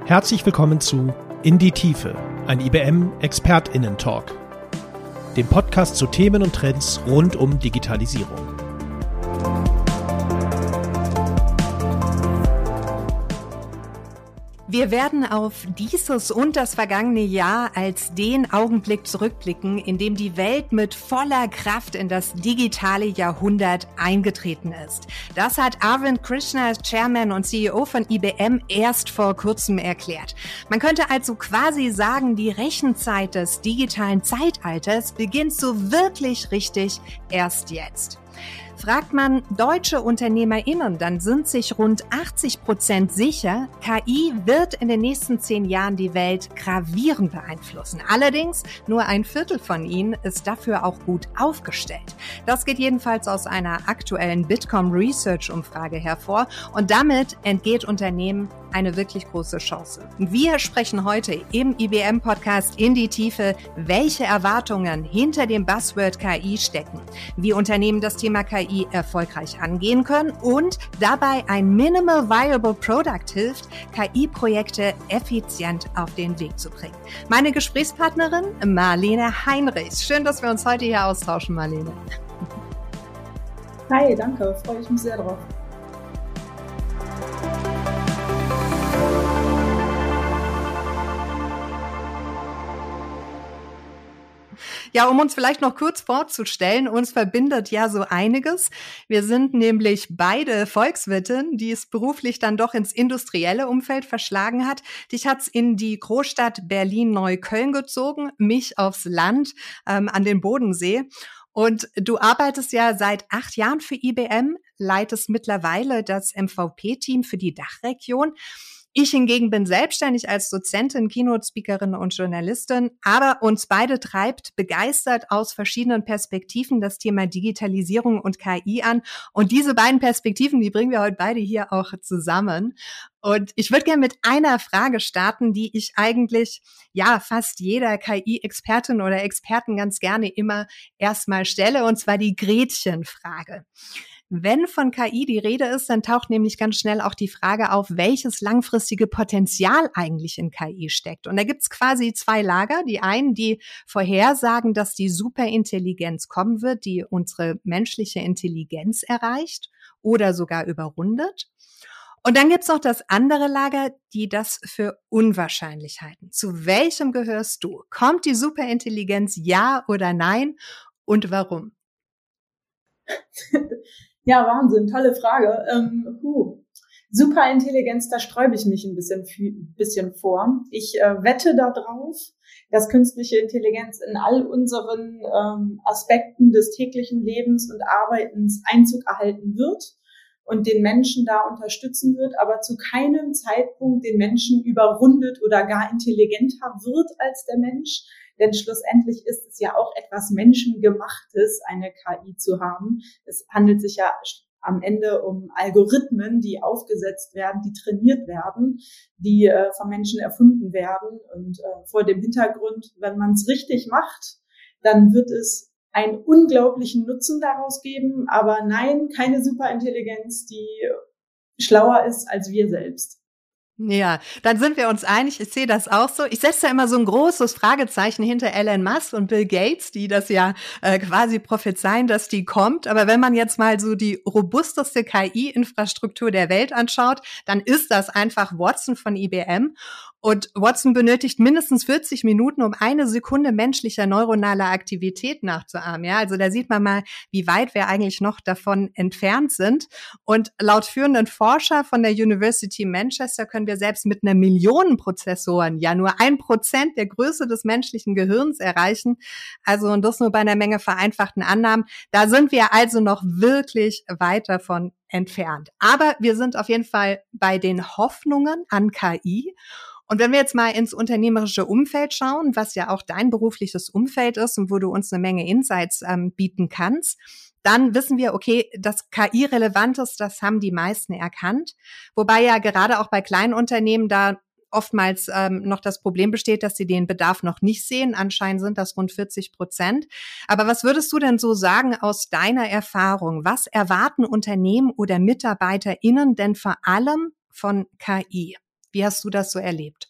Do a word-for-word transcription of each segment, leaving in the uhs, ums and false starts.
Herzlich willkommen zu In die Tiefe, ein I B M-ExpertInnen-Talk, dem Podcast zu Themen und Trends rund um Digitalisierung. Wir werden auf dieses und das vergangene Jahr als den Augenblick zurückblicken, in dem die Welt mit voller Kraft in das digitale Jahrhundert eingetreten ist. Das hat Arvind Krishna, Chairman und C E O von I B M, erst vor kurzem erklärt. Man könnte also quasi sagen, die Rechenzeit des digitalen Zeitalters beginnt so wirklich richtig erst jetzt. Fragt man deutsche UnternehmerInnen, dann sind sich rund achtzig Prozent sicher, K I wird in den nächsten zehn Jahren die Welt gravierend beeinflussen. Allerdings nur ein Viertel von ihnen ist dafür auch gut aufgestellt. Das geht jedenfalls aus einer aktuellen Bitkom Research Umfrage hervor und damit entgeht Unternehmen eine wirklich große Chance. Wir sprechen heute im I B M-Podcast In die Tiefe, welche Erwartungen hinter dem Buzzword K I stecken, wie Unternehmen das Thema K I erfolgreich angehen können und dabei ein Minimal Viable Product hilft, K I-Projekte effizient auf den Weg zu bringen. Meine Gesprächspartnerin Marlene Heinrichs. Schön, dass wir uns heute hier austauschen, Marlene. Hi, danke, freue ich mich sehr drauf. Ja, um uns vielleicht noch kurz vorzustellen, uns verbindet ja so einiges. Wir sind nämlich beide Volkswirtin, die es beruflich dann doch ins industrielle Umfeld verschlagen hat. Dich hat's in die Großstadt Berlin-Neukölln gezogen, mich aufs Land ähm, an den Bodensee. Und du arbeitest ja seit acht Jahren für I B M, leitest mittlerweile das M V P-Team für die Dachregion. Ich hingegen bin selbstständig als Dozentin, Keynote-Speakerin und Journalistin, aber uns beide treibt begeistert aus verschiedenen Perspektiven das Thema Digitalisierung und K I an. Und diese beiden Perspektiven, die bringen wir heute beide hier auch zusammen. Und ich würde gerne mit einer Frage starten, die ich eigentlich, ja, fast jeder K I-Expertin oder Experten ganz gerne immer erstmal stelle, und zwar die Gretchenfrage. Wenn von K I die Rede ist, dann taucht nämlich ganz schnell auch die Frage auf, welches langfristige Potenzial eigentlich in K I steckt. Und da gibt's quasi zwei Lager. Die einen, die vorhersagen, dass die Superintelligenz kommen wird, die unsere menschliche Intelligenz erreicht oder sogar überrundet. Und dann gibt's noch das andere Lager, die das für unwahrscheinlich halten. Zu welchem gehörst du? Kommt die Superintelligenz, ja oder nein? Und warum? Ja, Wahnsinn, tolle Frage. Ähm, huh. Superintelligenz, da sträube ich mich ein bisschen, bisschen vor. Ich äh, wette darauf, dass künstliche Intelligenz in all unseren ähm, Aspekten des täglichen Lebens und Arbeitens Einzug erhalten wird und den Menschen da unterstützen wird, aber zu keinem Zeitpunkt den Menschen überrundet oder gar intelligenter wird als der Mensch. Denn schlussendlich ist es ja auch etwas Menschengemachtes, eine K I zu haben. Es handelt sich ja am Ende um Algorithmen, die aufgesetzt werden, die trainiert werden, die äh, von Menschen erfunden werden. Und äh, vor dem Hintergrund, wenn man es richtig macht, dann wird es einen unglaublichen Nutzen daraus geben. Aber nein, keine Superintelligenz, die schlauer ist als wir selbst. Ja, dann sind wir uns einig. Ich sehe das auch so. Ich setze da immer so ein großes Fragezeichen hinter Elon Musk und Bill Gates, die das ja äh, quasi prophezeien, dass die kommt. Aber wenn man jetzt mal so die robusteste K I-Infrastruktur der Welt anschaut, dann ist das einfach Watson von I B M. Und Watson benötigt mindestens vierzig Minuten, um eine Sekunde menschlicher neuronaler Aktivität nachzuahmen. Ja, also da sieht man mal, wie weit wir eigentlich noch davon entfernt sind. Und laut führenden Forscher von der University Manchester können wir selbst mit einer Million Prozessoren ja nur ein Prozent der Größe des menschlichen Gehirns erreichen. Also und das nur bei einer Menge vereinfachten Annahmen. Da sind wir also noch wirklich weit davon entfernt. Aber wir sind auf jeden Fall bei den Hoffnungen an K I. Und wenn wir jetzt mal ins unternehmerische Umfeld schauen, was ja auch dein berufliches Umfeld ist und wo du uns eine Menge Insights ähm, bieten kannst, dann wissen wir, okay, dass K I relevant ist, das haben die meisten erkannt. Wobei ja gerade auch bei kleinen Unternehmen da oftmals ähm, noch das Problem besteht, dass sie den Bedarf noch nicht sehen. Anscheinend sind das rund vierzig Prozent. Aber was würdest du denn so sagen aus deiner Erfahrung? Was erwarten Unternehmen oder MitarbeiterInnen denn vor allem von K I? Wie hast du das so erlebt?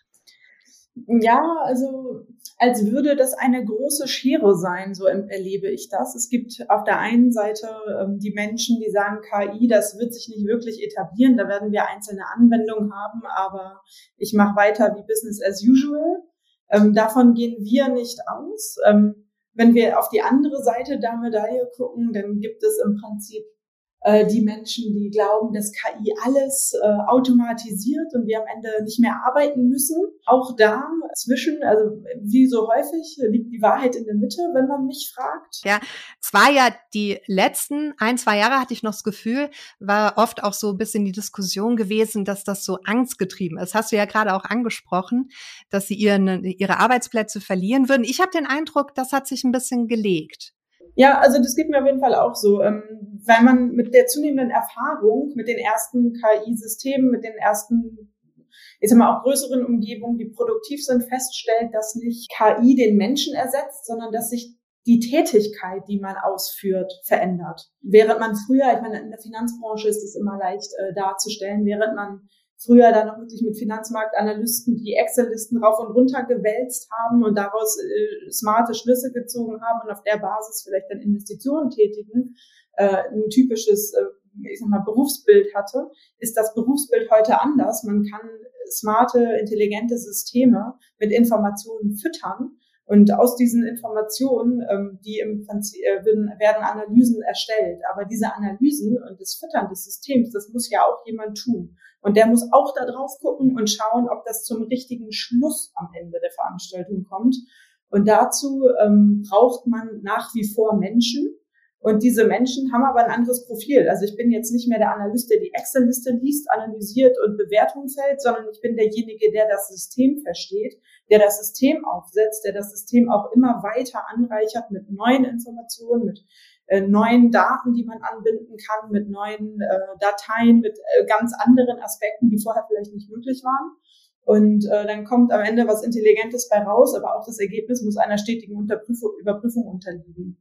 Ja, also als würde das eine große Schere sein, so erlebe ich das. Es gibt auf der einen Seite ähm, die Menschen, die sagen, K I, das wird sich nicht wirklich etablieren, da werden wir einzelne Anwendungen haben, aber ich mache weiter wie Business as usual. Ähm, davon gehen wir nicht aus. Ähm, wenn wir auf die andere Seite der Medaille gucken, dann gibt es im Prinzip die Menschen, die glauben, dass K I alles äh, automatisiert und wir am Ende nicht mehr arbeiten müssen. Auch da zwischen, also wie so häufig, liegt die Wahrheit in der Mitte, wenn man mich fragt. Ja, es war ja die letzten ein, zwei Jahre, hatte ich noch das Gefühl, war oft auch so ein bisschen die Diskussion gewesen, dass das so angstgetrieben ist. Das hast du ja gerade auch angesprochen, dass sie ihren, ihre Arbeitsplätze verlieren würden. Ich habe den Eindruck, das hat sich ein bisschen gelegt. Ja, also das geht mir auf jeden Fall auch so, ähm, weil man mit der zunehmenden Erfahrung, mit den ersten K I-Systemen, mit den ersten, ich sag mal auch größeren Umgebungen, die produktiv sind, feststellt, dass nicht K I den Menschen ersetzt, sondern dass sich die Tätigkeit, die man ausführt, verändert. Während man früher, ich meine, in der Finanzbranche ist es immer leicht äh, darzustellen, während man früher dann noch wirklich mit Finanzmarktanalysten die Excel-Listen rauf und runter gewälzt haben und daraus äh, smarte Schlüsse gezogen haben und auf der Basis vielleicht dann Investitionen tätigen, äh, ein typisches, äh, ich sag mal, Berufsbild hatte, ist das Berufsbild heute anders. Man kann smarte, intelligente Systeme mit Informationen füttern und aus diesen Informationen, ähm, die im Prinzip äh, werden, werden Analysen erstellt. Aber diese Analysen und das Füttern des Systems, das muss ja auch jemand tun. Und der muss auch da drauf gucken und schauen, ob das zum richtigen Schluss am Ende der Veranstaltung kommt. Und dazu ähm, braucht man nach wie vor Menschen. Und diese Menschen haben aber ein anderes Profil. Also ich bin jetzt nicht mehr der Analyst, der die Excel-Liste liest, analysiert und Bewertung fällt, sondern ich bin derjenige, der das System versteht, der das System aufsetzt, der das System auch immer weiter anreichert mit neuen Informationen, mit äh, neuen Daten, die man anbinden kann, mit neuen äh, Dateien, mit äh, ganz anderen Aspekten, die vorher vielleicht nicht möglich waren. Und äh, dann kommt am Ende was Intelligentes bei raus, aber auch das Ergebnis muss einer stetigen Unterprüfung, Überprüfung unterliegen.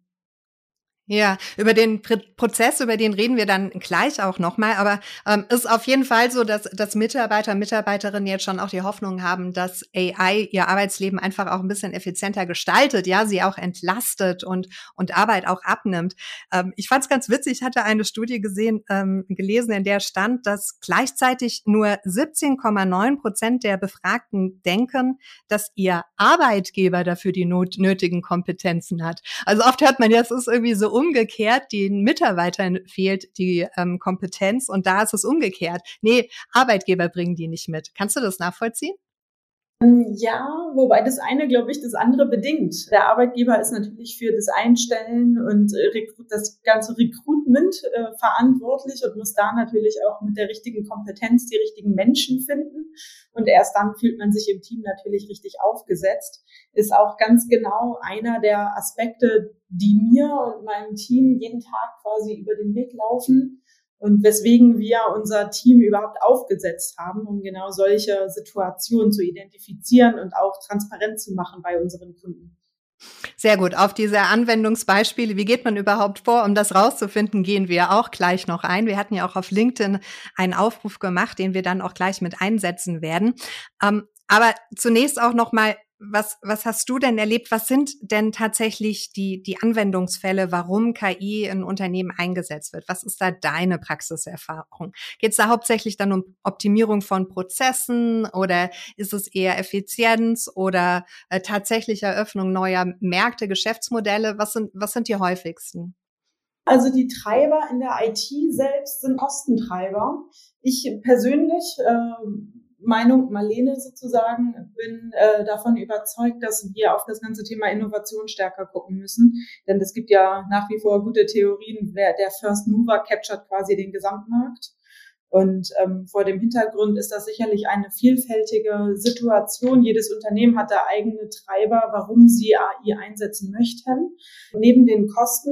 Ja, über den Prozess, über den reden wir dann gleich auch nochmal, aber ähm, ist auf jeden Fall so, dass, dass Mitarbeiter, Mitarbeiterinnen jetzt schon auch die Hoffnung haben, dass A I ihr Arbeitsleben einfach auch ein bisschen effizienter gestaltet, ja, sie auch entlastet und und Arbeit auch abnimmt. Ähm, ich fand es ganz witzig, ich hatte eine Studie gesehen, ähm, gelesen, in der stand, dass gleichzeitig nur siebzehn Komma neun Prozent der Befragten denken, dass ihr Arbeitgeber dafür die not- nötigen Kompetenzen hat. Also oft hört man ja, es ist irgendwie so umgekehrt, den Mitarbeitern fehlt die ähm, Kompetenz und da ist es umgekehrt. Nee, Arbeitgeber bringen die nicht mit. Kannst du das nachvollziehen? Ja, wobei das eine, glaube ich, das andere bedingt. Der Arbeitgeber ist natürlich für das Einstellen und äh, das ganze Recruitment äh, verantwortlich und muss da natürlich auch mit der richtigen Kompetenz die richtigen Menschen finden. Und erst dann fühlt man sich im Team natürlich richtig aufgesetzt. Ist auch ganz genau einer der Aspekte, die mir und meinem Team jeden Tag quasi über den Weg laufen. Und weswegen wir unser Team überhaupt aufgesetzt haben, um genau solche Situationen zu identifizieren und auch transparent zu machen bei unseren Kunden. Sehr gut. Auf diese Anwendungsbeispiele, wie geht man überhaupt vor, um das rauszufinden, gehen wir auch gleich noch ein. Wir hatten ja auch auf LinkedIn einen Aufruf gemacht, den wir dann auch gleich mit einsetzen werden. Ähm, aber zunächst auch noch mal, was, was hast du denn erlebt? Was sind denn tatsächlich die, die Anwendungsfälle, warum K I in Unternehmen eingesetzt wird? Was ist da deine Praxiserfahrung? Geht es da hauptsächlich dann um Optimierung von Prozessen oder ist es eher Effizienz oder äh, tatsächlich Eröffnung neuer Märkte, Geschäftsmodelle? Was sind, was sind die häufigsten? Also die Treiber in der I T selbst sind Kostentreiber. Ich persönlich, äh, Meinung Marlene sozusagen, bin äh, davon überzeugt, dass wir auf das ganze Thema Innovation stärker gucken müssen. Denn es gibt ja nach wie vor gute Theorien, der, der First Mover captured quasi den Gesamtmarkt. Und ähm, vor dem Hintergrund ist das sicherlich eine vielfältige Situation. Jedes Unternehmen hat da eigene Treiber, warum sie A I einsetzen möchten. Neben den Kosten,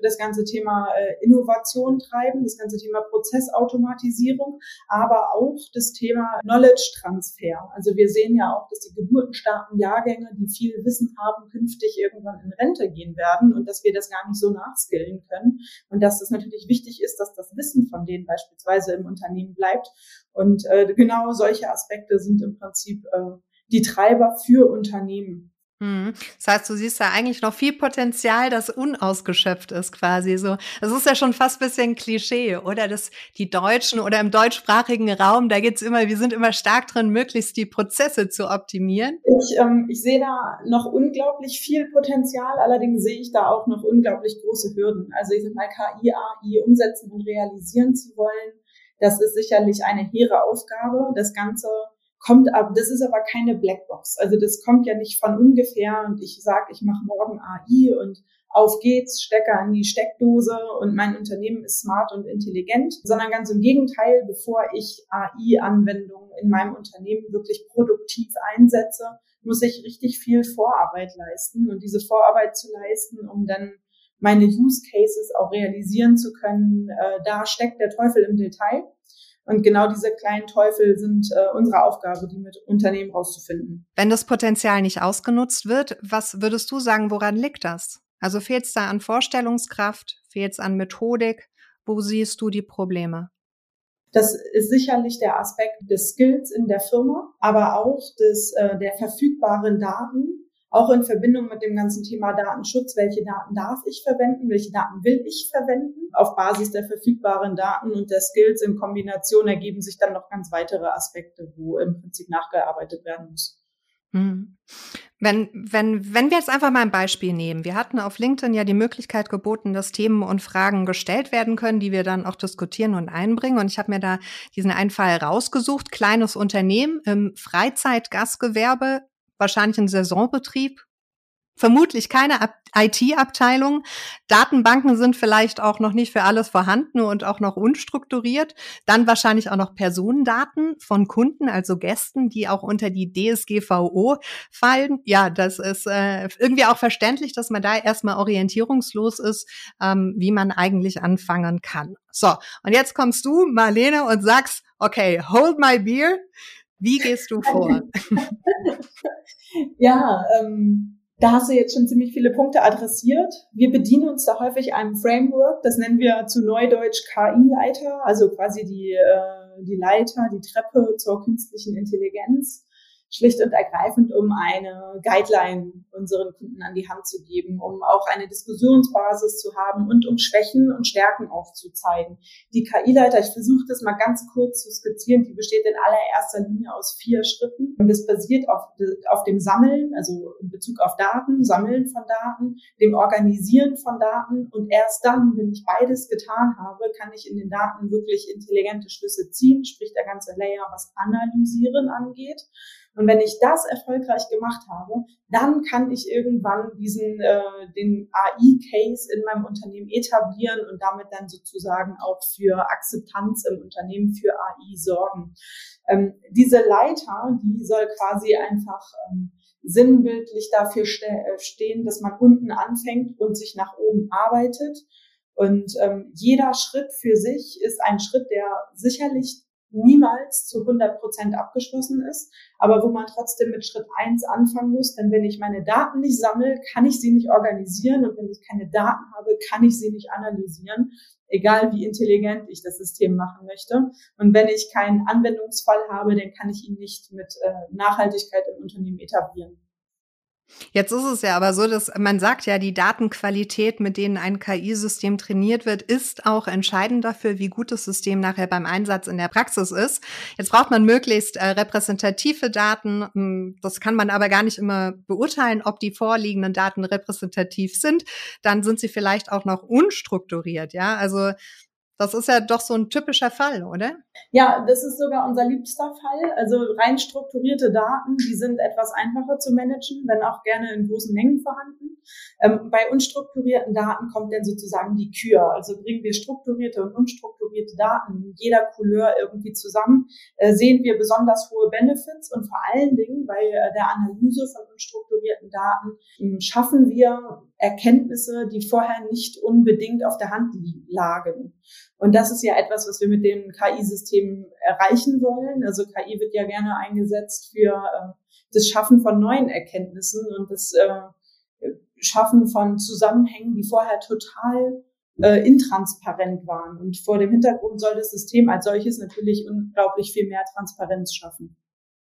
das ganze Thema äh, Innovation treiben, das ganze Thema Prozessautomatisierung, aber auch das Thema Knowledge-Transfer. Also wir sehen ja auch, dass die geburtenstarken Jahrgänge, die viel Wissen haben, künftig irgendwann in Rente gehen werden und dass wir das gar nicht so nachskillen können und dass es natürlich wichtig ist, dass das Wissen von denen beispielsweise im Unternehmen bleibt. Und äh, genau solche Aspekte sind im Prinzip äh, die Treiber für Unternehmen. Das heißt, du siehst da eigentlich noch viel Potenzial, das unausgeschöpft ist quasi so. Das ist ja schon fast ein bisschen Klischee, oder? Dass die Deutschen oder im deutschsprachigen Raum, da geht's immer, wir sind immer stark drin, möglichst die Prozesse zu optimieren. Ich, ähm, ich sehe da noch unglaublich viel Potenzial, allerdings sehe ich da auch noch unglaublich große Hürden. Also ich sag mal, K I, A I umsetzen und realisieren zu wollen, das ist sicherlich eine hehre Aufgabe. Das Ganze kommt ab, das ist aber keine Blackbox. Also das kommt ja nicht von ungefähr und ich sage, ich mache morgen A I und auf geht's, Stecker in die Steckdose und mein Unternehmen ist smart und intelligent, sondern ganz im Gegenteil, bevor ich A I-Anwendungen in meinem Unternehmen wirklich produktiv einsetze, muss ich richtig viel Vorarbeit leisten und diese Vorarbeit zu leisten, um dann meine Use Cases auch realisieren zu können, äh, da steckt der Teufel im Detail. Und genau diese kleinen Teufel sind äh, unsere Aufgabe, die mit Unternehmen rauszufinden. Wenn das Potenzial nicht ausgenutzt wird, was würdest du sagen, woran liegt das? Also fehlt es da an Vorstellungskraft, fehlt es an Methodik? Wo siehst du die Probleme? Das ist sicherlich der Aspekt des Skills in der Firma, aber auch des, äh, der verfügbaren Daten. Auch in Verbindung mit dem ganzen Thema Datenschutz, welche Daten darf ich verwenden, welche Daten will ich verwenden. Auf Basis der verfügbaren Daten und der Skills in Kombination ergeben sich dann noch ganz weitere Aspekte, wo im Prinzip nachgearbeitet werden muss. Hm. Wenn, wenn, wenn wir jetzt einfach mal ein Beispiel nehmen. Wir hatten auf LinkedIn ja die Möglichkeit geboten, dass Themen und Fragen gestellt werden können, die wir dann auch diskutieren und einbringen. Und ich habe mir da diesen einen Fall rausgesucht. Kleines Unternehmen im Freizeitgastgewerbe, wahrscheinlich ein Saisonbetrieb, vermutlich keine I T-Abteilung. Datenbanken sind vielleicht auch noch nicht für alles vorhanden und auch noch unstrukturiert. Dann wahrscheinlich auch noch Personendaten von Kunden, also Gästen, die auch unter die D S G V O fallen. Ja, das ist äh, irgendwie auch verständlich, dass man da erstmal orientierungslos ist, ähm, wie man eigentlich anfangen kann. So, und jetzt kommst du, Marlene, und sagst, okay, hold my beer. Wie gehst du vor? Ja, ähm, da hast du jetzt schon ziemlich viele Punkte adressiert. Wir bedienen uns da häufig einem Framework, das nennen wir zu Neudeutsch K I-Leiter, also quasi die, äh, die Leiter, die Treppe zur künstlichen Intelligenz. Schlicht und ergreifend, um eine Guideline unseren Kunden an die Hand zu geben, um auch eine Diskussionsbasis zu haben und um Schwächen und Stärken aufzuzeigen. Die K I-Leiter, ich versuche das mal ganz kurz zu skizzieren, die besteht in allererster Linie aus vier Schritten. Und das basiert auf, auf dem Sammeln, also in Bezug auf Daten, Sammeln von Daten, dem Organisieren von Daten. Und erst dann, wenn ich beides getan habe, kann ich in den Daten wirklich intelligente Schlüsse ziehen, sprich der ganze Layer, was Analysieren angeht. Und wenn ich das erfolgreich gemacht habe, dann kann ich irgendwann diesen äh, den A I-Case in meinem Unternehmen etablieren und damit dann sozusagen auch für Akzeptanz im Unternehmen für A I sorgen. Ähm, diese Leiter, die soll quasi einfach ähm, sinnbildlich dafür ste- stehen, dass man unten anfängt und sich nach oben arbeitet. Und ähm, jeder Schritt für sich ist ein Schritt, der sicherlich niemals zu hundert Prozent abgeschlossen ist, aber wo man trotzdem mit Schritt eins anfangen muss, denn wenn ich meine Daten nicht sammle, kann ich sie nicht organisieren und wenn ich keine Daten habe, kann ich sie nicht analysieren, egal wie intelligent ich das System machen möchte. Und wenn ich keinen Anwendungsfall habe, dann kann ich ihn nicht mit äh, Nachhaltigkeit im Unternehmen etablieren. Jetzt ist es ja aber so, dass man sagt ja, die Datenqualität, mit denen ein K I-System trainiert wird, ist auch entscheidend dafür, wie gut das System nachher beim Einsatz in der Praxis ist. Jetzt braucht man möglichst äh, repräsentative Daten. Das kann man aber gar nicht immer beurteilen, ob die vorliegenden Daten repräsentativ sind. Dann sind sie vielleicht auch noch unstrukturiert, ja. Also das ist ja doch so ein typischer Fall, oder? Ja, das ist sogar unser liebster Fall. Also rein strukturierte Daten, die sind etwas einfacher zu managen, wenn auch gerne in großen Mengen vorhanden. Ähm, bei unstrukturierten Daten kommt dann sozusagen die Kür. Also bringen wir strukturierte und unstrukturierte Daten in jeder Couleur irgendwie zusammen, äh, sehen wir besonders hohe Benefits und vor allen Dingen bei äh, der Analyse von unstrukturierten Daten äh, schaffen wir Erkenntnisse, die vorher nicht unbedingt auf der Hand lagen. Und das ist ja etwas, was wir mit den K I-Systemen erreichen wollen. Also K I wird ja gerne eingesetzt für äh, das Schaffen von neuen Erkenntnissen und das äh, Schaffen von Zusammenhängen, die vorher total äh, intransparent waren. Und vor dem Hintergrund soll das System als solches natürlich unglaublich viel mehr Transparenz schaffen.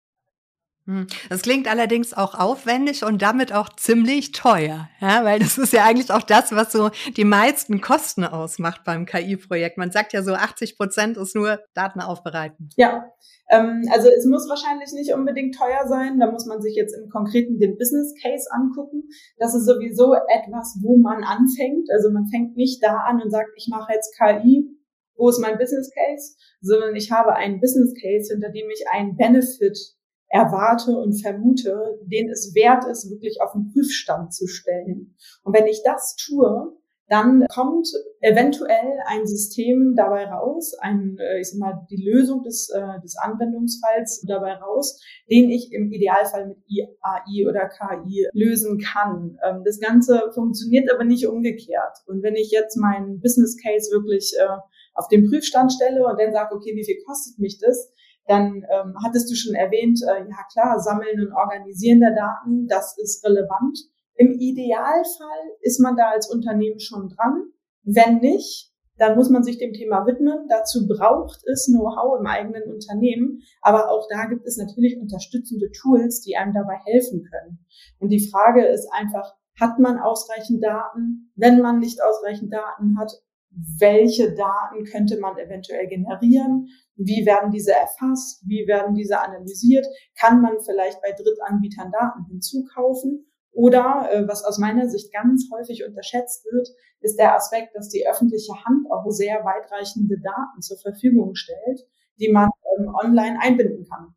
Das klingt allerdings auch aufwendig und damit auch ziemlich teuer, ja, weil das ist ja eigentlich auch das, was so die meisten Kosten ausmacht beim K I-Projekt. Man sagt ja so, achtzig Prozent ist nur Daten aufbereiten. Ja, ähm, also es muss wahrscheinlich nicht unbedingt teuer sein. Da muss man sich jetzt im Konkreten den Business Case angucken. Das ist sowieso etwas, wo man anfängt. Also man fängt nicht da an und sagt, ich mache jetzt K I, wo ist mein Business Case, sondern ich habe einen Business Case, hinter dem ich einen Benefit erwarte und vermute, den es wert ist, wirklich auf den Prüfstand zu stellen. Und wenn ich das tue, dann kommt eventuell ein System dabei raus, ein, ich sag mal, die Lösung des, des Anwendungsfalls dabei raus, den ich im Idealfall mit A I oder K I lösen kann. Das Ganze funktioniert aber nicht umgekehrt. Und wenn ich jetzt meinen Business Case wirklich auf den Prüfstand stelle und dann sage, okay, wie viel kostet mich das? Dann ähm, hattest du schon erwähnt, äh, ja klar, Sammeln und Organisieren der Daten, das ist relevant. Im Idealfall ist man da als Unternehmen schon dran. Wenn nicht, dann muss man sich dem Thema widmen. Dazu braucht es Know-how im eigenen Unternehmen. Aber auch da gibt es natürlich unterstützende Tools, die einem dabei helfen können. Und die Frage ist einfach, hat man ausreichend Daten? Wenn man nicht ausreichend Daten hat, welche Daten könnte man eventuell generieren? Wie werden diese erfasst? Wie werden diese analysiert? Kann man vielleicht bei Drittanbietern Daten hinzukaufen? Oder, äh, was aus meiner Sicht ganz häufig unterschätzt wird, ist der Aspekt, dass die öffentliche Hand auch sehr weitreichende Daten zur Verfügung stellt, die man ähm, online einbinden kann.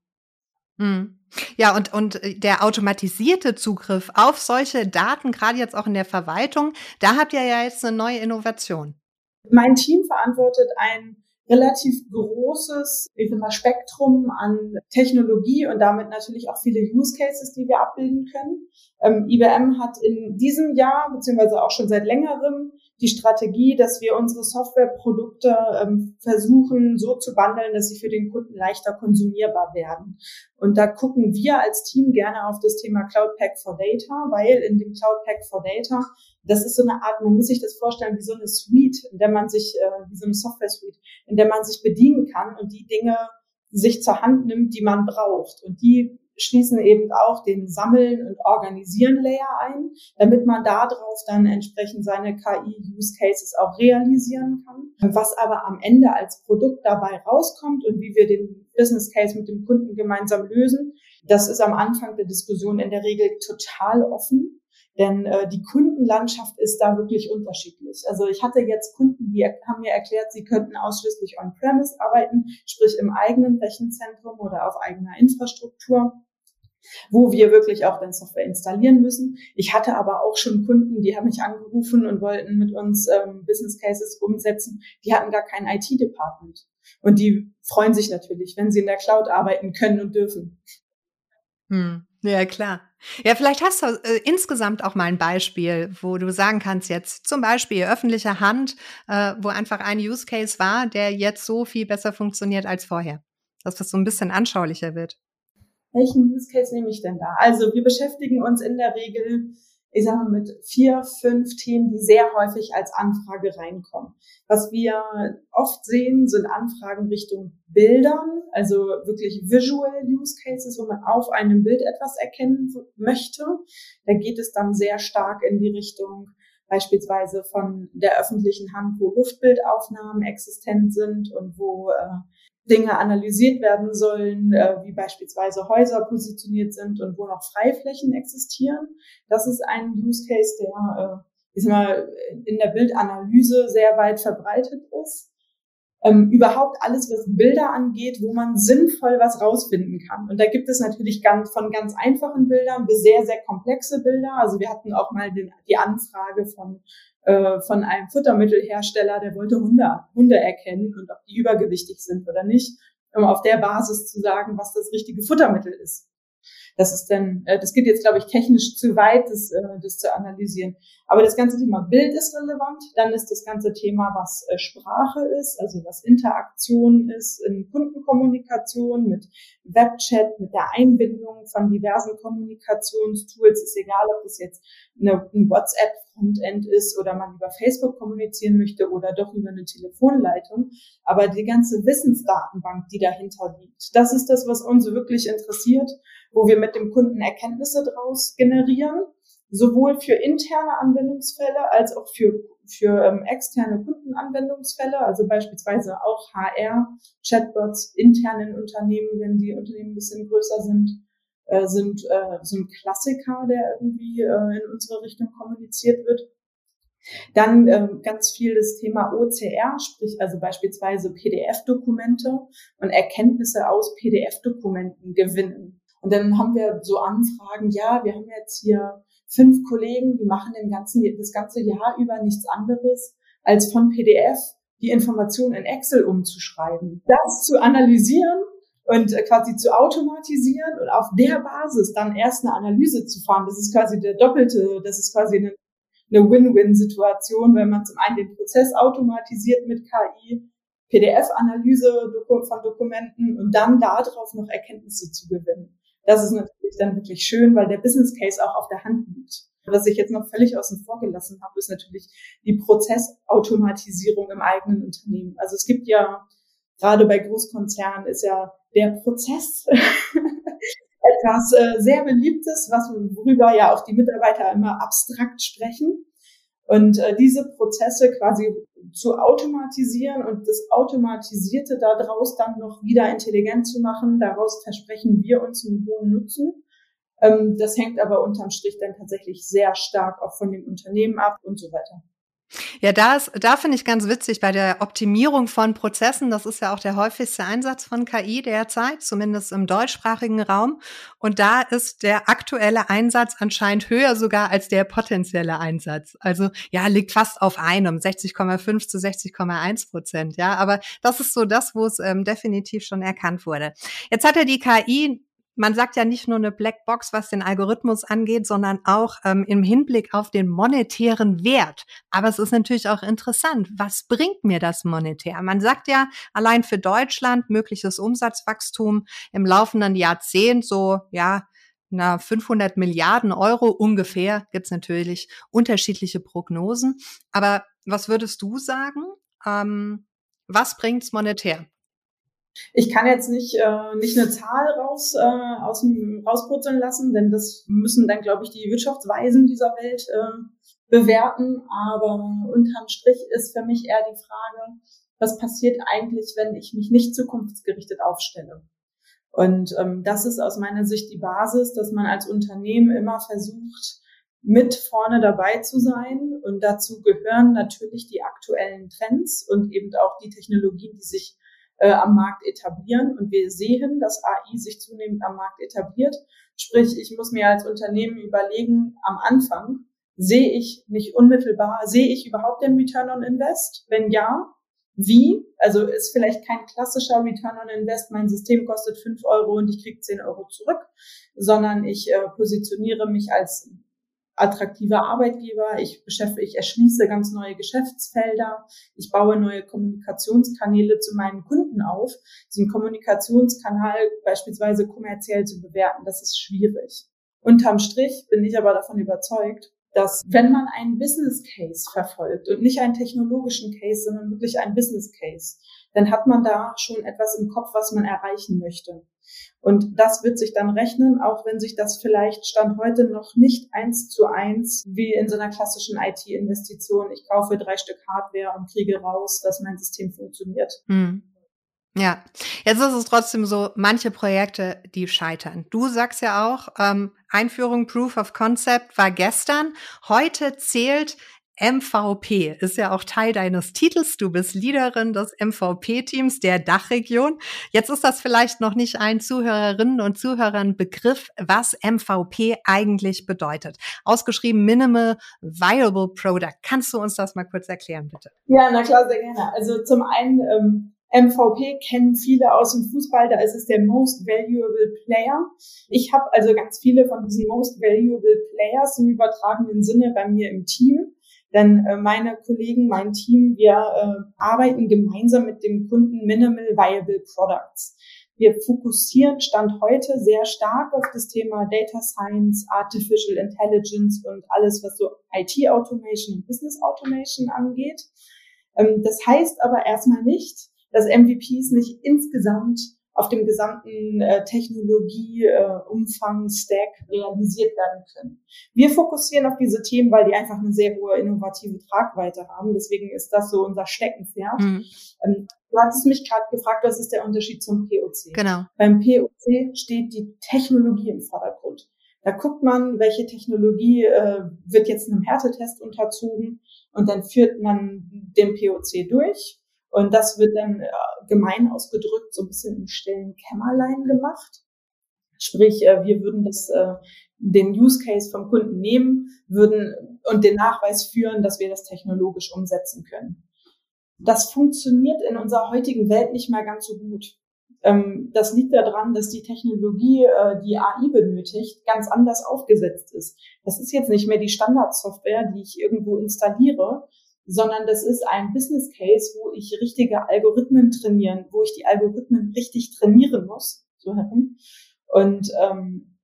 Hm. Ja, und, und der automatisierte Zugriff auf solche Daten, gerade jetzt auch in der Verwaltung, da habt ihr ja jetzt eine neue Innovation. Mein Team verantwortet ein relativ großes, ich sag mal, Spektrum an Technologie und damit natürlich auch viele Use Cases, die wir abbilden können. Ähm, I B M hat in diesem Jahr, beziehungsweise auch schon seit längerem, die Strategie, dass wir unsere Softwareprodukte ähm, versuchen, so zu bundeln, dass sie für den Kunden leichter konsumierbar werden. Und da gucken wir als Team gerne auf das Thema Cloud Pak for Data, weil in dem Cloud Pak for Data, das ist so eine Art, man muss sich das vorstellen, wie so eine Suite, in der man sich, äh, wie so eine Software-Suite, in der man sich bedienen kann und die Dinge sich zur Hand nimmt, die man braucht. Und die schließen eben auch den Sammeln- und Organisieren-Layer ein, damit man darauf dann entsprechend seine K I-Use-Cases auch realisieren kann. Was aber am Ende als Produkt dabei rauskommt und wie wir den Business-Case mit dem Kunden gemeinsam lösen, das ist am Anfang der Diskussion in der Regel total offen. Denn äh, die Kundenlandschaft ist da wirklich unterschiedlich. Also ich hatte jetzt Kunden, die haben mir erklärt, sie könnten ausschließlich on-premise arbeiten, sprich im eigenen Rechenzentrum oder auf eigener Infrastruktur, wo wir wirklich auch dann Software installieren müssen. Ich hatte aber auch schon Kunden, die haben mich angerufen und wollten mit uns ähm, Business Cases umsetzen. Die hatten gar kein I T-Department. Und die freuen sich natürlich, wenn sie in der Cloud arbeiten können und dürfen. Hm. Ja, klar. Ja, vielleicht hast du äh, insgesamt auch mal ein Beispiel, wo du sagen kannst, jetzt zum Beispiel öffentliche Hand, äh, wo einfach ein Use Case war, der jetzt so viel besser funktioniert als vorher. Dass das so ein bisschen anschaulicher wird. Welchen Use Case nehme ich denn da? Also wir beschäftigen uns in der Regel, ich sage mal, mit vier, fünf Themen, die sehr häufig als Anfrage reinkommen. Was wir oft sehen, sind Anfragen Richtung Bildern, also wirklich Visual Use Cases, wo man auf einem Bild etwas erkennen möchte. Da geht es dann sehr stark in die Richtung beispielsweise von der öffentlichen Hand, wo Luftbildaufnahmen existent sind und wo äh, Dinge analysiert werden sollen, äh, wie beispielsweise Häuser positioniert sind und wo noch Freiflächen existieren. Das ist ein Use Case, der äh, ich sag mal, in der Bildanalyse sehr weit verbreitet ist. Ähm, überhaupt alles, was Bilder angeht, wo man sinnvoll was rausfinden kann. Und da gibt es natürlich ganz, von ganz einfachen Bildern bis sehr, sehr komplexe Bilder. Also wir hatten auch mal den, die Anfrage von, äh, von einem Futtermittelhersteller, der wollte Hunde, Hunde erkennen und ob die übergewichtig sind oder nicht, um auf der Basis zu sagen, was das richtige Futtermittel ist. Das ist dann, äh, das geht jetzt, glaube ich, technisch zu weit, das, äh, das zu analysieren. Aber das ganze Thema Bild ist relevant. Dann ist das ganze Thema, was äh, Sprache ist, also was Interaktion ist in Kundenkommunikation mit Webchat, mit der Einbindung von diversen Kommunikationstools. Ist egal, ob das jetzt eine, ein WhatsApp-Frontend ist oder man über Facebook kommunizieren möchte oder doch über eine Telefonleitung. Aber die ganze Wissensdatenbank, die dahinter liegt, das ist das, was uns wirklich interessiert, wo wir mit dem Kunden Erkenntnisse draus generieren, sowohl für interne Anwendungsfälle als auch für, für ähm, externe Kundenanwendungsfälle, also beispielsweise auch H R, Chatbots intern in Unternehmen, wenn die Unternehmen ein bisschen größer sind, äh, sind äh, so ein Klassiker, der irgendwie äh, in unsere Richtung kommuniziert wird. Dann ähm, ganz viel das Thema O C R, sprich also beispielsweise P D F-Dokumente und Erkenntnisse aus P D F-Dokumenten gewinnen. Und dann haben wir so Anfragen, ja, wir haben jetzt hier fünf Kollegen, die machen den ganzen, das ganze Jahr über nichts anderes, als von P D F die Informationen in Excel umzuschreiben. Das zu analysieren und quasi zu automatisieren und auf der Basis dann erst eine Analyse zu fahren, das ist quasi der doppelte, das ist quasi eine, eine Win-Win-Situation, wenn man zum einen den Prozess automatisiert mit K I, P D F-Analyse von Dokumenten und dann darauf noch Erkenntnisse zu gewinnen. Das ist natürlich dann wirklich schön, weil der Business Case auch auf der Hand liegt. Was ich jetzt noch völlig außen vor gelassen habe, ist natürlich die Prozessautomatisierung im eigenen Unternehmen. Also es gibt ja, gerade bei Großkonzernen ist ja der Prozess etwas äh, sehr Beliebtes, was, worüber ja auch die Mitarbeiter immer abstrakt sprechen. Und äh, diese Prozesse quasi zu automatisieren und das Automatisierte daraus dann noch wieder intelligent zu machen, daraus versprechen wir uns einen hohen Nutzen. Ähm, das hängt aber unterm Strich dann tatsächlich sehr stark auch von dem Unternehmen ab und so weiter. Ja, da ist, da finde ich ganz witzig bei der Optimierung von Prozessen. Das ist ja auch der häufigste Einsatz von K I derzeit, zumindest im deutschsprachigen Raum. Und da ist der aktuelle Einsatz anscheinend höher sogar als der potenzielle Einsatz. Also, ja, liegt fast auf einem, sechzig Komma fünf zu sechzig Komma eins Prozent. Ja, aber das ist so das, wo es ähm, definitiv schon erkannt wurde. Jetzt hat ja die K I, man sagt ja nicht nur eine Blackbox, was den Algorithmus angeht, sondern auch ähm, im Hinblick auf den monetären Wert. Aber es ist natürlich auch interessant, was bringt mir das monetär? Man sagt ja, allein für Deutschland mögliches Umsatzwachstum im laufenden Jahrzehnt so, ja, na, fünfhundert Milliarden Euro ungefähr, gibt's natürlich unterschiedliche Prognosen. Aber was würdest du sagen? Ähm, was bringt's monetär? Ich kann jetzt nicht äh, nicht eine Zahl raus äh, aus dem rausputzeln lassen, denn das müssen dann, glaube ich, die Wirtschaftsweisen dieser Welt äh, bewerten. Aber unterm Strich ist für mich eher die Frage, was passiert eigentlich, wenn ich mich nicht zukunftsgerichtet aufstelle? Und ähm, das ist aus meiner Sicht die Basis, dass man als Unternehmen immer versucht, mit vorne dabei zu sein. Und dazu gehören natürlich die aktuellen Trends und eben auch die Technologien, die sich Äh, am Markt etablieren. Und wir sehen, dass A I sich zunehmend am Markt etabliert. Sprich, ich muss mir als Unternehmen überlegen, am Anfang, sehe ich nicht unmittelbar, sehe ich überhaupt den Return on Invest? Wenn ja, wie? Also ist vielleicht kein klassischer Return on Invest, mein System kostet fünf Euro und ich kriege zehn Euro zurück, sondern ich äh, positioniere mich als attraktiver Arbeitgeber, ich beschäftige, ich erschließe ganz neue Geschäftsfelder, ich baue neue Kommunikationskanäle zu meinen Kunden auf. So einen Kommunikationskanal beispielsweise kommerziell zu bewerten, das ist schwierig. Unterm Strich bin ich aber davon überzeugt, dass wenn man einen Business Case verfolgt und nicht einen technologischen Case, sondern wirklich einen Business Case, dann hat man da schon etwas im Kopf, was man erreichen möchte. Und das wird sich dann rechnen, auch wenn sich das vielleicht Stand heute noch nicht eins zu eins wie in so einer klassischen I T-Investition, ich kaufe drei Stück Hardware und kriege raus, dass mein System funktioniert. Hm. Ja, jetzt ist es trotzdem so, manche Projekte, die scheitern. Du sagst ja auch, ähm, Einführung Proof of Concept war gestern. Heute zählt M V P ist ja auch Teil deines Titels. Du bist Leaderin des M V P-Teams der Dachregion. Jetzt ist das vielleicht noch nicht allen Zuhörerinnen und Zuhörern Begriff, was M V P eigentlich bedeutet. Ausgeschrieben Minimal Viable Product. Kannst du uns das mal kurz erklären, bitte? Ja, na klar, sehr gerne. Also zum einen, ähm, M V P kennen viele aus dem Fußball, da ist es der Most Valuable Player. Ich habe also ganz viele von diesen Most Valuable Players im übertragenen Sinne bei mir im Team. Denn äh, meine Kollegen, mein Team, wir äh, arbeiten gemeinsam mit dem Kunden Minimal Viable Products. Wir fokussieren Stand heute sehr stark auf das Thema Data Science, Artificial Intelligence und alles, was so I T Automation und Business Automation angeht. Ähm, das heißt aber erstmal nicht, dass M V Ps nicht insgesamt auf dem gesamten äh, Technologie-Umfang, äh, Stack realisiert werden können. Wir fokussieren auf diese Themen, weil die einfach eine sehr hohe innovative Tragweite haben. Deswegen ist das so unser Steckenpferd. Mhm. Ähm, du hattest mich gerade gefragt, was ist der Unterschied zum P O C? Genau. Beim P O C steht die Technologie im Vordergrund. Da guckt man, welche Technologie äh, wird jetzt einem Härtetest unterzogen und dann führt man den P O C durch. Und das wird dann äh, gemein ausgedrückt so ein bisschen im stillen Kämmerlein gemacht. Sprich, äh, wir würden das, äh, den Use Case vom Kunden nehmen, würden und den Nachweis führen, dass wir das technologisch umsetzen können. Das funktioniert in unserer heutigen Welt nicht mehr ganz so gut. Ähm, das liegt daran, dass die Technologie, äh, die A I benötigt, ganz anders aufgesetzt ist. Das ist jetzt nicht mehr die Standardsoftware, die ich irgendwo installiere, sondern das ist ein Business Case, wo ich richtige Algorithmen trainieren, wo ich die Algorithmen richtig trainieren muss. So herum. Und ähm,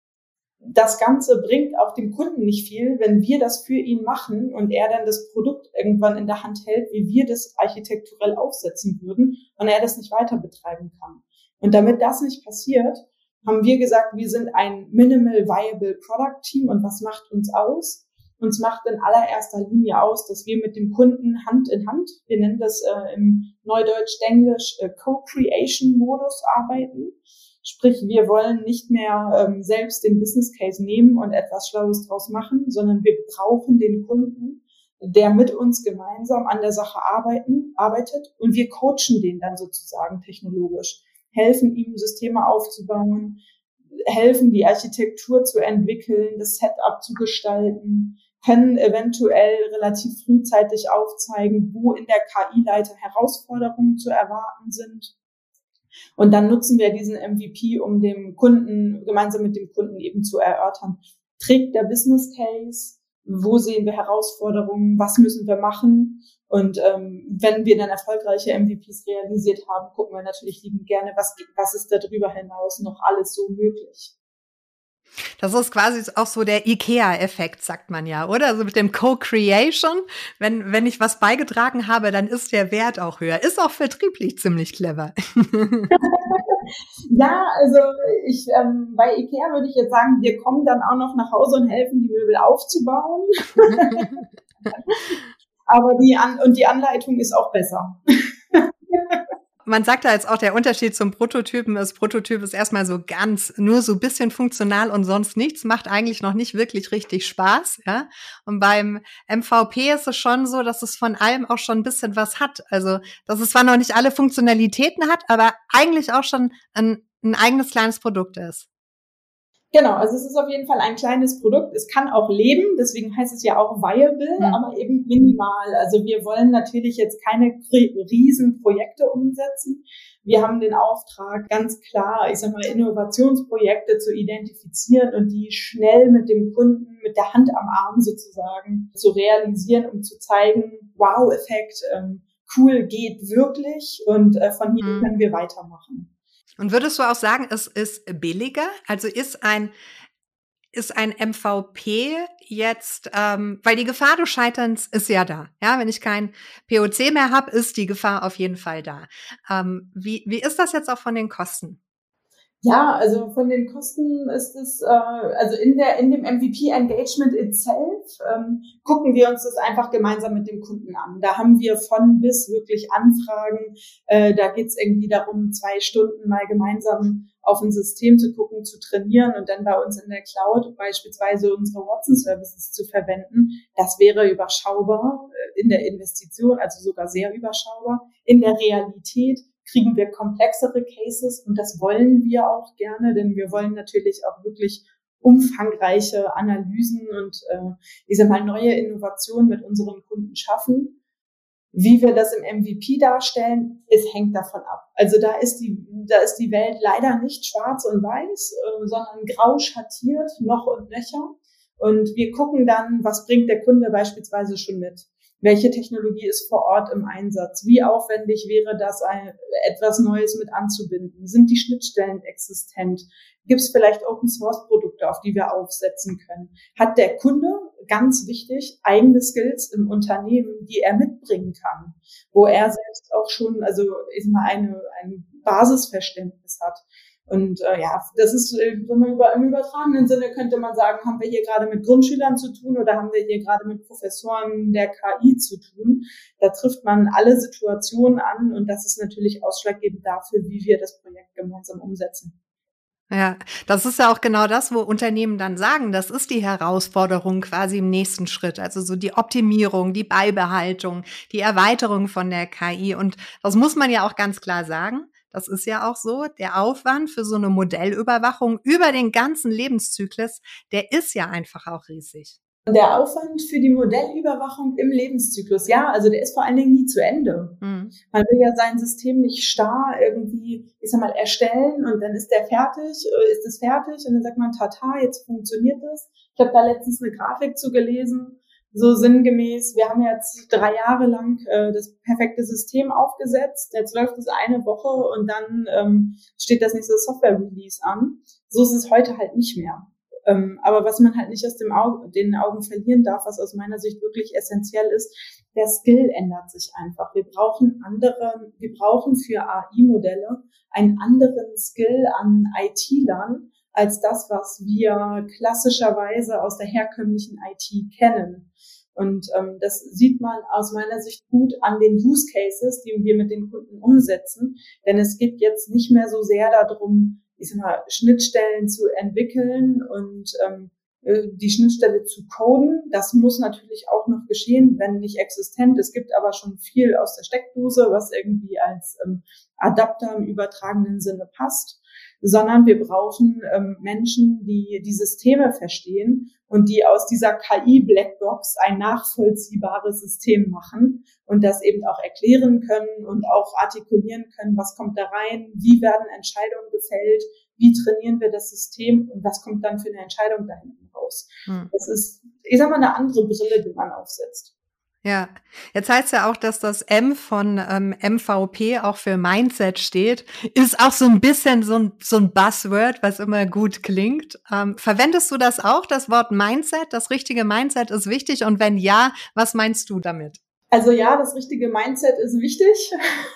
das Ganze bringt auch dem Kunden nicht viel, wenn wir das für ihn machen und er dann das Produkt irgendwann in der Hand hält, wie wir das architekturell aufsetzen würden und er das nicht weiter betreiben kann. Und damit das nicht passiert, haben wir gesagt, wir sind ein Minimal Viable Product Team. Und was macht uns aus? Uns macht in allererster Linie aus, dass wir mit dem Kunden Hand in Hand, wir nennen das äh, im Neudeutsch-Denglisch äh, Co-Creation-Modus arbeiten. Sprich, wir wollen nicht mehr ähm, selbst den Business Case nehmen und etwas Schlaues draus machen, sondern wir brauchen den Kunden, der mit uns gemeinsam an der Sache arbeiten, arbeitet und wir coachen den dann sozusagen technologisch, helfen ihm, Systeme aufzubauen, helfen, die Architektur zu entwickeln, das Setup zu gestalten, können eventuell relativ frühzeitig aufzeigen, wo in der K I-Leiter Herausforderungen zu erwarten sind. Und dann nutzen wir diesen M V P, um dem Kunden, gemeinsam mit dem Kunden eben zu erörtern, trägt der Business Case, wo sehen wir Herausforderungen, was müssen wir machen? Und ähm, wenn wir dann erfolgreiche M V Ps realisiert haben, gucken wir natürlich liebend gerne, was, was ist darüber hinaus noch alles so möglich. Das ist quasi auch so der IKEA-Effekt, sagt man ja, oder? Also mit dem Co-Creation, wenn, wenn ich was beigetragen habe, dann ist der Wert auch höher. Ist auch vertrieblich ziemlich clever. Ja, also ich ähm, bei IKEA würde ich jetzt sagen, wir kommen dann auch noch nach Hause und helfen, die Möbel aufzubauen. Aber die An- und die Anleitung ist auch besser. Man sagt da jetzt auch, der Unterschied zum Prototypen ist, Prototyp ist erstmal so ganz, nur so ein bisschen funktional und sonst nichts, macht eigentlich noch nicht wirklich richtig Spaß, ja. Und beim M V P ist es schon so, dass es von allem auch schon ein bisschen was hat. Also, dass es zwar noch nicht alle Funktionalitäten hat, aber eigentlich auch schon ein, ein eigenes kleines Produkt ist. Genau, also es ist auf jeden Fall ein kleines Produkt. Es kann auch leben, deswegen heißt es ja auch viable, mhm. aber eben minimal. Also wir wollen natürlich jetzt keine riesen Projekte umsetzen. Wir haben den Auftrag, ganz klar, ich sag mal, Innovationsprojekte zu identifizieren und die schnell mit dem Kunden, mit der Hand am Arm sozusagen zu realisieren, um zu zeigen, Wow-Effekt, ähm, cool, geht wirklich und äh, von hier mhm. können wir weitermachen. Und würdest du auch sagen, es ist billiger? Also ist ein ist ein M V P jetzt, ähm, weil die Gefahr des Scheiterns ist ja da. Ja, wenn ich kein P O C mehr habe, ist die Gefahr auf jeden Fall da. Ähm, wie wie ist das jetzt auch von den Kosten? Ja, also von den Kosten ist es, äh, also in der in dem M V P Engagement itself ähm, gucken wir uns das einfach gemeinsam mit dem Kunden an. Da haben wir von bis wirklich Anfragen. Äh, da geht's irgendwie darum, zwei Stunden mal gemeinsam auf ein System zu gucken, zu trainieren und dann bei uns in der Cloud beispielsweise unsere Watson-Services zu verwenden. Das wäre überschaubar äh, in der Investition, also sogar sehr überschaubar. In der Realität kriegen wir komplexere Cases und das wollen wir auch gerne, denn wir wollen natürlich auch wirklich umfangreiche Analysen und äh, ich sag mal neue Innovationen mit unseren Kunden schaffen. Wie wir das im M V P darstellen, es hängt davon ab. Also da ist die da ist die Welt leider nicht schwarz und weiß, äh, sondern grau schattiert, noch und nöcher. Und wir gucken dann, was bringt der Kunde beispielsweise schon mit. Welche Technologie ist vor Ort im Einsatz? Wie aufwendig wäre das, ein, etwas Neues mit anzubinden? Sind die Schnittstellen existent? Gibt es vielleicht Open-Source-Produkte, auf die wir aufsetzen können? Hat der Kunde, ganz wichtig, eigene Skills im Unternehmen, die er mitbringen kann, wo er selbst auch schon, also ich sag mal, eine, ein Basisverständnis hat? Und äh, ja, das ist äh, über, im übertragenen Sinne könnte man sagen, haben wir hier gerade mit Grundschülern zu tun oder haben wir hier gerade mit Professoren der K I zu tun. Da trifft man alle Situationen an und das ist natürlich ausschlaggebend dafür, wie wir das Projekt gemeinsam umsetzen. Ja, das ist ja auch genau das, wo Unternehmen dann sagen, das ist die Herausforderung quasi im nächsten Schritt. Also so die Optimierung, die Beibehaltung, die Erweiterung von der K I. Und das muss man ja auch ganz klar sagen. Das ist ja auch so, der Aufwand für so eine Modellüberwachung über den ganzen Lebenszyklus, der ist ja einfach auch riesig. Der Aufwand für die Modellüberwachung im Lebenszyklus, ja, also der ist vor allen Dingen nie zu Ende. Mhm. Man will ja sein System nicht starr irgendwie, ich sag mal, erstellen und dann ist der fertig, ist es fertig und dann sagt man, tata, jetzt funktioniert das. Ich habe da letztens eine Grafik zu gelesen, so sinngemäß, wir haben jetzt drei Jahre lang äh, das perfekte System aufgesetzt, jetzt läuft es eine Woche und dann ähm, steht das nächste Software-Release an. So ist es heute halt nicht mehr. Ähm, aber was man halt nicht aus dem Auge, den Augen verlieren darf, was aus meiner Sicht wirklich essentiell ist, der Skill ändert sich einfach. Wir brauchen andere, wir brauchen für A I-Modelle einen anderen Skill an I T-Lern als das, was wir klassischerweise aus der herkömmlichen I T kennen. Und ähm, das sieht man aus meiner Sicht gut an den Use Cases, die wir mit den Kunden umsetzen. Denn es geht jetzt nicht mehr so sehr darum, ich sag mal, Schnittstellen zu entwickeln und ähm, die Schnittstelle zu coden. Das muss natürlich auch noch geschehen, wenn nicht existent. Es gibt aber schon viel aus der Steckdose, was irgendwie als ähm, Adapter im übertragenen Sinne passt, sondern wir brauchen ähm, Menschen, die die Systeme verstehen und die aus dieser K I-Blackbox ein nachvollziehbares System machen und das eben auch erklären können und auch artikulieren können, was kommt da rein, wie werden Entscheidungen gefällt, wie trainieren wir das System und was kommt dann für eine Entscheidung da hinten raus. Hm. Das ist, ich sag mal, eine andere Brille, die man aufsetzt. Ja, jetzt heißt ja auch, dass das M von ähm, M V P auch für Mindset steht. Ist auch so ein bisschen so ein, so ein Buzzword, was immer gut klingt. Ähm, verwendest du das auch, das Wort Mindset? Das richtige Mindset ist wichtig und wenn ja, was meinst du damit? Also ja, das richtige Mindset ist wichtig.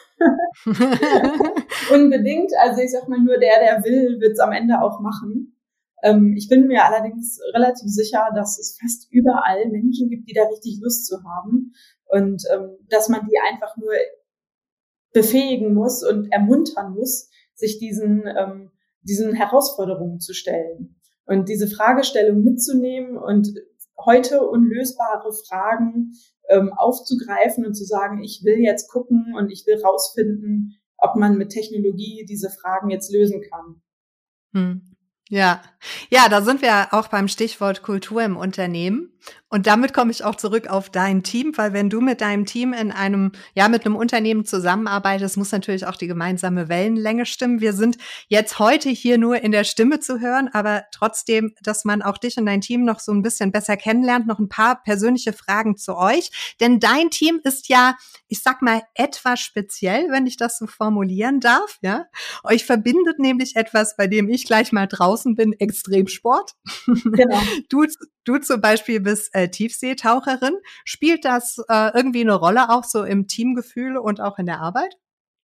Unbedingt. Also ich sag mal, nur der, der will, wird's am Ende auch machen. Ähm, ich bin mir allerdings relativ sicher, dass es fast überall Menschen gibt, die da richtig Lust zu haben und ähm, dass man die einfach nur befähigen muss und ermuntern muss, sich diesen ähm, diesen Herausforderungen zu stellen und diese Fragestellung mitzunehmen und heute unlösbare Fragen ähm, aufzugreifen und zu sagen, ich will jetzt gucken und ich will rausfinden, ob man mit Technologie diese Fragen jetzt lösen kann. Hm. Ja, ja, da sind wir auch beim Stichwort Kultur im Unternehmen. Und damit komme ich auch zurück auf dein Team, weil wenn du mit deinem Team in einem, ja, mit einem Unternehmen zusammenarbeitest, muss natürlich auch die gemeinsame Wellenlänge stimmen. Wir sind jetzt heute hier nur in der Stimme zu hören, aber trotzdem, dass man auch dich und dein Team noch so ein bisschen besser kennenlernt, noch ein paar persönliche Fragen zu euch. Denn dein Team ist ja, ich sag mal, etwas speziell, wenn ich das so formulieren darf, ja. Euch verbindet nämlich etwas, bei dem ich gleich mal draußen bin, Extremsport. Genau. Du, du zum Beispiel bist äh, Tiefseetaucherin. Spielt das äh, irgendwie eine Rolle auch so im Teamgefühl und auch in der Arbeit?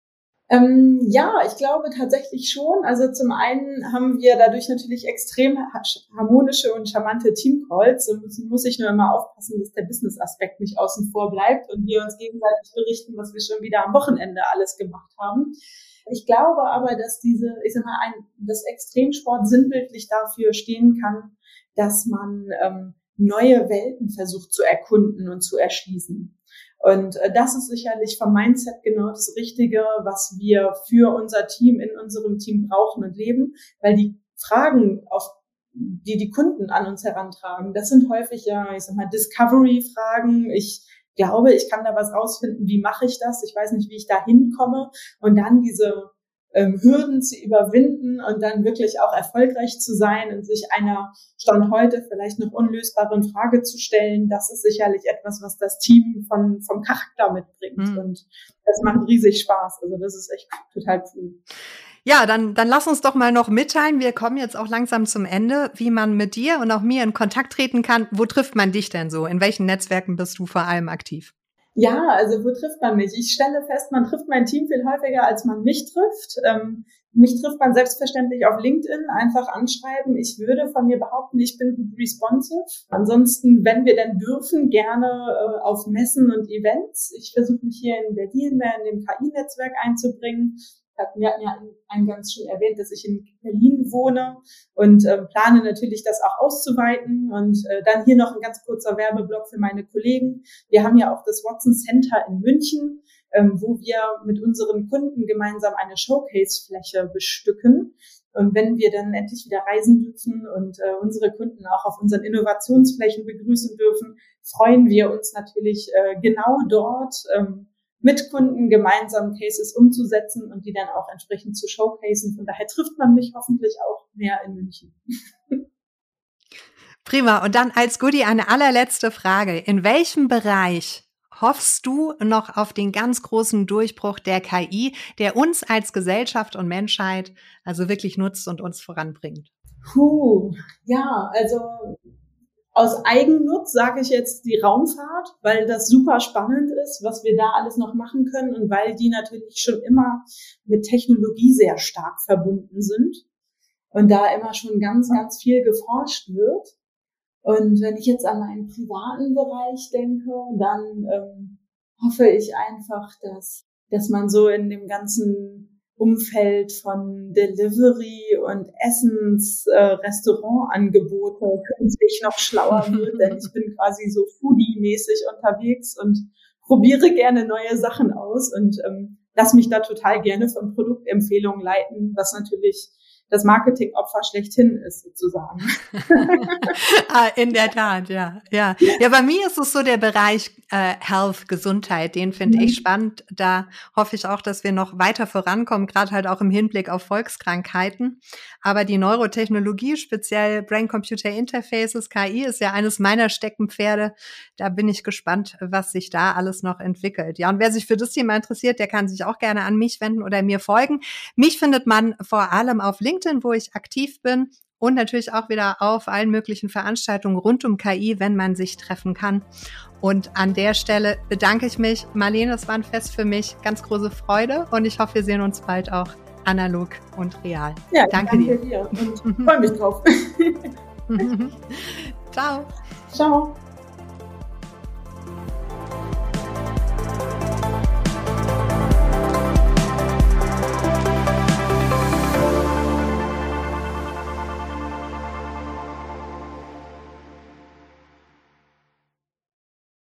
Ähm, ja, ich glaube tatsächlich schon. Also zum einen haben wir dadurch natürlich extrem harmonische und charmante Teamcalls und muss, muss ich nur immer aufpassen, dass der Business-Aspekt nicht außen vor bleibt und wir uns gegenseitig berichten, was wir schon wieder am Wochenende alles gemacht haben. Ich glaube aber, dass diese, ich sag mal, ein, das Extremsport sinnbildlich dafür stehen kann, dass man ähm, neue Welten versucht zu erkunden und zu erschließen. Und äh, das ist sicherlich vom Mindset genau das Richtige, was wir für unser Team, in unserem Team brauchen und leben, weil die Fragen, auf die die Kunden an uns herantragen, das sind häufig ja, ich sag mal, Discovery-Fragen. Ich glaube, ich kann da was rausfinden, wie mache ich das? Ich weiß nicht, wie ich da hinkomme. Und dann diese ähm, Hürden zu überwinden und dann wirklich auch erfolgreich zu sein und sich einer Stand heute vielleicht noch unlösbaren Frage zu stellen, das ist sicherlich etwas, was das Team von vom Charakter mitbringt. Mhm. Und das macht riesig Spaß. Also das ist echt total cool. Ja, dann, dann lass uns doch mal noch mitteilen. Wir kommen jetzt auch langsam zum Ende, wie man mit dir und auch mir in Kontakt treten kann. Wo trifft man dich denn so? In welchen Netzwerken bist du vor allem aktiv? Ja, also wo trifft man mich? Ich stelle fest, man trifft mein Team viel häufiger, als man mich trifft. Ähm, mich trifft man selbstverständlich auf LinkedIn, einfach anschreiben. Ich würde von mir behaupten, ich bin gut responsive. Ansonsten, wenn wir denn dürfen, gerne äh, auf Messen und Events. Ich versuche mich hier in Berlin mehr in dem K I-Netzwerk einzubringen. Wir hatten ja eingangs schon erwähnt, dass ich in Berlin wohne und äh, plane natürlich, das auch auszuweiten. Und äh, dann hier noch ein ganz kurzer Werbeblock für meine Kollegen. Wir haben ja auch das Watson Center in München, ähm, wo wir mit unseren Kunden gemeinsam eine Showcase-Fläche bestücken. Und wenn wir dann endlich wieder reisen dürfen und äh, unsere Kunden auch auf unseren Innovationsflächen begrüßen dürfen, freuen wir uns natürlich äh, genau dort, ähm, mit Kunden gemeinsam Cases umzusetzen und die dann auch entsprechend zu showcasen. Von daher trifft man mich hoffentlich auch mehr in München. Prima. Und dann als Goodie eine allerletzte Frage. In welchem Bereich hoffst du noch auf den ganz großen Durchbruch der K I, der uns als Gesellschaft und Menschheit also wirklich nutzt und uns voranbringt? Puh, ja, also aus Eigennutz sage ich jetzt die Raumfahrt, weil das super spannend ist, was wir da alles noch machen können und weil die natürlich schon immer mit Technologie sehr stark verbunden sind und da immer schon ganz, ganz viel geforscht wird. Und wenn ich jetzt an meinen privaten Bereich denke, dann ähm, hoffe ich einfach, dass, dass man so in dem ganzen Umfeld von Delivery und Essens, äh, Restaurantangebote künftig noch schlauer wird, denn ich bin quasi so Foodie-mäßig unterwegs und probiere gerne neue Sachen aus und ähm, lass mich da total gerne von Produktempfehlungen leiten, was natürlich das Marketingopfer schlechthin ist, sozusagen. ah, in der Tat, ja, ja. Ja, bei mir ist es so der Bereich äh, Health, Gesundheit, den finde mhm. ich spannend. Da hoffe ich auch, dass wir noch weiter vorankommen, gerade halt auch im Hinblick auf Volkskrankheiten. Aber die Neurotechnologie, speziell Brain-Computer-Interfaces, K I, ist ja eines meiner Steckenpferde. Da bin ich gespannt, was sich da alles noch entwickelt. Ja, und wer sich für das Thema interessiert, der kann sich auch gerne an mich wenden oder mir folgen. Mich findet man vor allem auf LinkedIn, wo ich aktiv bin und natürlich auch wieder auf allen möglichen Veranstaltungen rund um K I, wenn man sich treffen kann. Und an der Stelle bedanke ich mich. Marlene, das war ein Fest für mich. Ganz große Freude und ich hoffe, wir sehen uns bald auch analog und real. Ja, danke, danke dir. dir. Und freue mich drauf. Ciao. Ciao.